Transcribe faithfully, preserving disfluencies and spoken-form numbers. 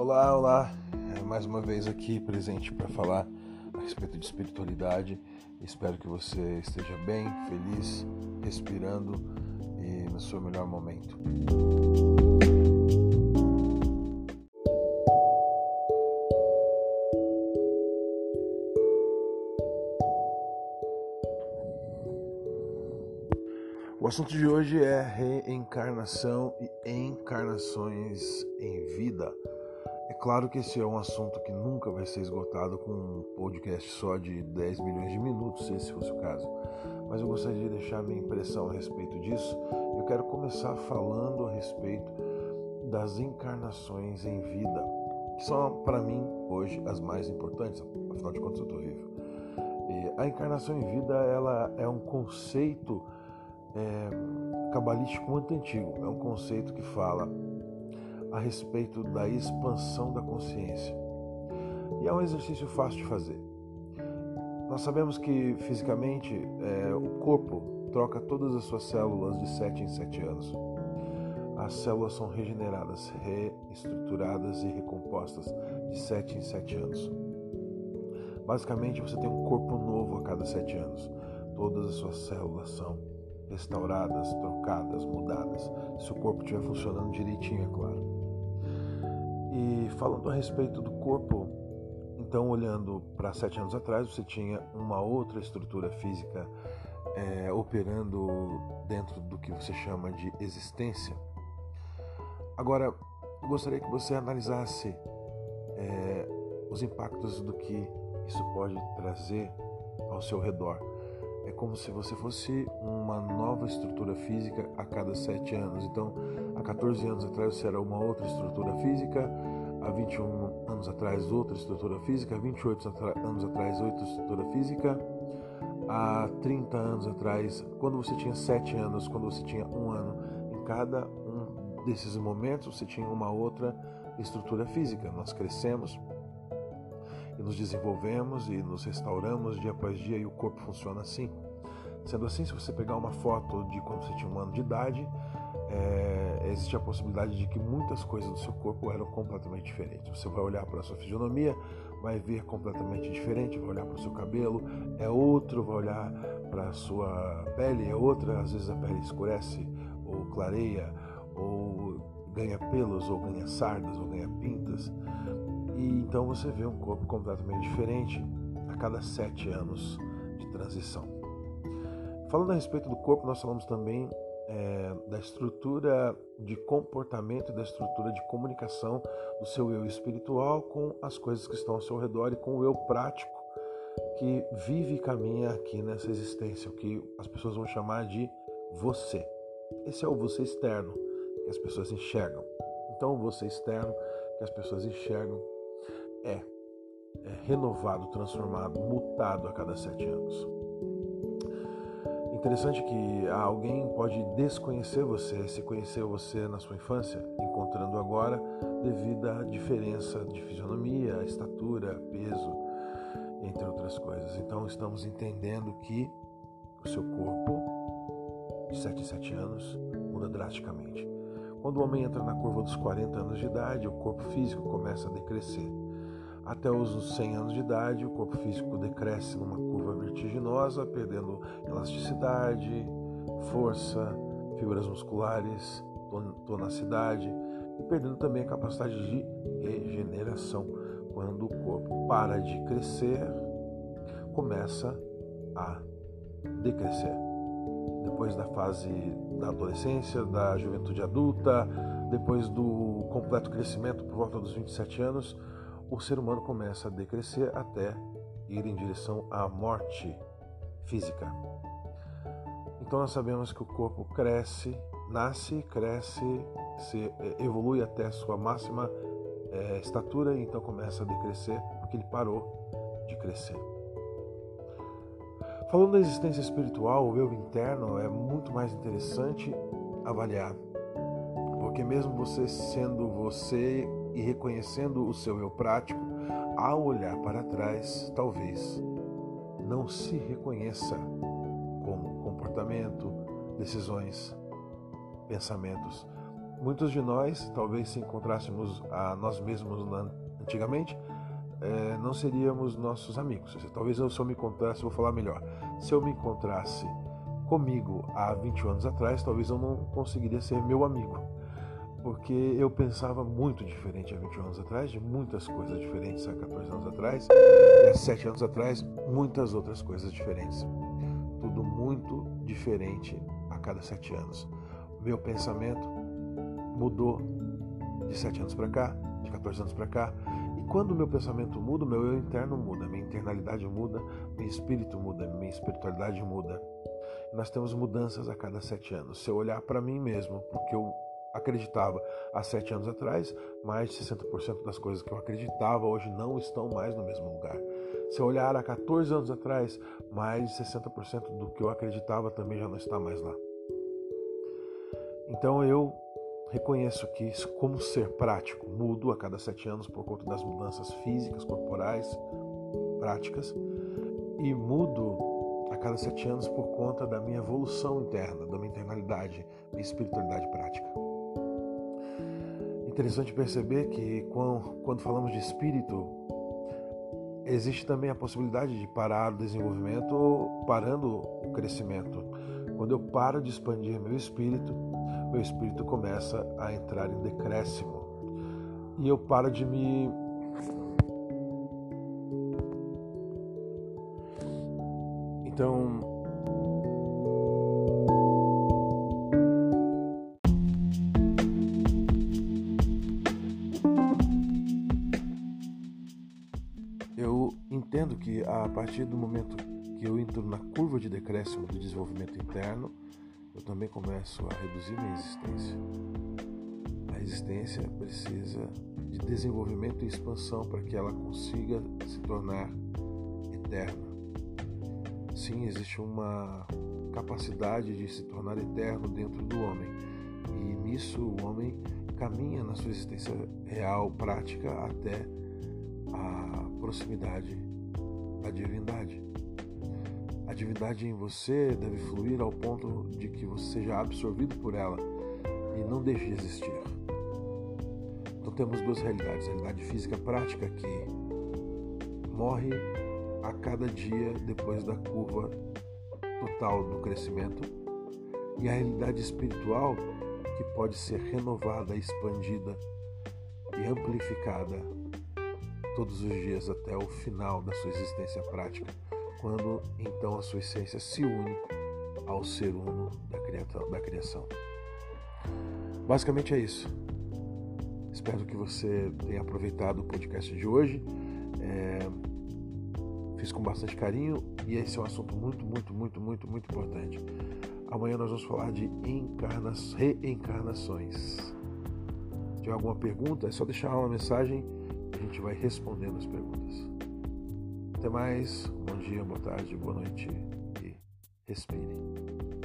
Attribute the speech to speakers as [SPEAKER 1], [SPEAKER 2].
[SPEAKER 1] Olá, olá, é mais uma vez aqui presente para falar a respeito de espiritualidade. Espero que você esteja bem, feliz, respirando e no seu melhor momento. O assunto de hoje é reencarnação e encarnações em vida. É claro que esse é um assunto que nunca vai ser esgotado com um podcast só de dez milhões de minutos, se esse fosse o caso. Mas eu gostaria de deixar minha impressão a respeito disso. Eu quero começar falando a respeito das encarnações em vida, que são, para mim, hoje, as mais importantes, afinal de contas eu estou vivo. E a encarnação em vida, ela é um conceito é, cabalístico muito antigo. É um conceito que fala a respeito da expansão da consciência. E é um exercício fácil de fazer. Nós sabemos que fisicamente é, o corpo troca todas as suas células de sete em sete anos. As células são regeneradas, reestruturadas e recompostas de sete em sete anos. Basicamente, você tem um corpo novo a cada sete anos. Todas as suas células são restauradas, trocadas, mudadas, se o corpo estiver funcionando direitinho, é claro. E falando a respeito do corpo, então olhando para sete anos atrás, você tinha uma outra estrutura física é, operando dentro do que você chama de existência. Agora, eu gostaria que você analisasse é, os impactos do que isso pode trazer ao seu redor. É como se você fosse uma nova estrutura física a cada sete anos. Então, há catorze anos atrás você era uma outra estrutura física, há vinte e um anos atrás outra estrutura física, há vinte e oito anos atrás outra estrutura física, há trinta anos atrás, quando você tinha sete anos, quando você tinha um ano, em cada um desses momentos você tinha uma outra estrutura física. Nós crescemos e nos desenvolvemos e nos restauramos dia após dia, e o corpo funciona assim. Sendo assim, se você pegar uma foto de quando você tinha um ano de idade, é, existe a possibilidade de que muitas coisas do seu corpo eram completamente diferentes. Você vai olhar para a sua fisionomia, vai ver completamente diferente, vai olhar para o seu cabelo, é outro, vai olhar para a sua pele, é outra, às vezes a pele escurece ou clareia, ou ganha pelos, ou ganha sardas, ou ganha pintas. E então você vê um corpo completamente diferente a cada sete anos de transição. Falando a respeito do corpo, nós falamos também é, da estrutura de comportamento e da estrutura de comunicação do seu eu espiritual com as coisas que estão ao seu redor e com o eu prático que vive e caminha aqui nessa existência, o que as pessoas vão chamar de você. Esse é o você externo que as pessoas enxergam. Então, o você externo que as pessoas enxergam É, é renovado, transformado, mutado a cada sete anos. Interessante que alguém pode desconhecer você, se conhecer você na sua infância, encontrando agora devido à diferença de fisionomia, estatura, peso, entre outras coisas. Então estamos entendendo que o seu corpo, de sete em sete anos, muda drasticamente. Quando o homem entra na curva dos quarenta anos de idade, o corpo físico começa a decrescer. Até os cem anos de idade, o corpo físico decresce numa curva vertiginosa, perdendo elasticidade, força, fibras musculares, tonacidade e perdendo também a capacidade de regeneração. Quando o corpo para de crescer, começa a decrescer. Depois da fase da adolescência, da juventude adulta, depois do completo crescimento por volta dos vinte e sete anos, o ser humano começa a decrescer até ir em direção à morte física. Então nós sabemos que o corpo cresce, nasce, cresce, se evolui até a sua máxima é, estatura e então começa a decrescer porque ele parou de crescer. Falando da existência espiritual, o eu interno é muito mais interessante avaliar, porque mesmo você sendo você e reconhecendo o seu eu prático, ao olhar para trás, talvez não se reconheça como comportamento, decisões, pensamentos, muitos de nós, talvez se encontrássemos a nós mesmos antigamente, é, não seríamos nossos amigos. Talvez eu, se eu me encontrasse, vou falar melhor, se eu me encontrasse comigo há vinte anos atrás, talvez eu não conseguiria ser meu amigo, porque eu pensava muito diferente há vinte anos atrás, de muitas coisas diferentes há quatorze anos atrás, e há sete anos atrás, muitas outras coisas diferentes. Tudo muito diferente a cada sete anos. Meu pensamento mudou de sete anos para cá, de quatorze anos para cá, e quando o meu pensamento muda, o meu eu interno muda, minha internalidade muda, meu espírito muda, minha espiritualidade muda. Nós temos mudanças a cada sete anos. Se eu olhar para mim mesmo, porque eu acreditava há sete anos atrás, mais de sessenta por cento das coisas que eu acreditava hoje não estão mais no mesmo lugar. Se eu olhar há quatorze anos atrás, mais de sessenta por cento do que eu acreditava também já não está mais lá. Então eu reconheço que, como ser prático, mudo a cada sete anos por conta das mudanças físicas, corporais, práticas, e mudo a cada sete anos por conta da minha evolução interna, da minha internalidade, minha espiritualidade prática. Interessante perceber que quando falamos de espírito, existe também a possibilidade de parar o desenvolvimento ou parando o crescimento. Quando eu paro de expandir meu espírito, meu espírito começa a entrar em decréscimo e eu paro de me Então, eu entendo que a partir do momento que eu entro na curva de decréscimo do desenvolvimento interno, eu também começo a reduzir minha existência. A existência precisa de desenvolvimento e expansão para que ela consiga se tornar eterna. Sim, existe uma capacidade de se tornar eterno dentro do homem, e nisso o homem caminha na sua existência real, prática, até a proximidade da divindade. A divindade em você deve fluir ao ponto de que você seja absorvido por ela e não deixe de existir. Então temos duas realidades: a realidade física prática, que morre a cada dia depois da curva total do crescimento, e a realidade espiritual, que pode ser renovada, expandida e amplificada todos os dias até o final da sua existência prática, quando então a sua essência se une ao ser uno da criação. Basicamente é isso. Espero que você tenha aproveitado o podcast de hoje. É... Fiz com bastante carinho e esse é um assunto muito, muito, muito, muito, muito importante. Amanhã nós vamos falar de encarna... reencarnações. Se tiver alguma pergunta, é só deixar uma mensagem e a gente vai respondendo as perguntas. Até mais, bom dia, boa tarde, boa noite e respire.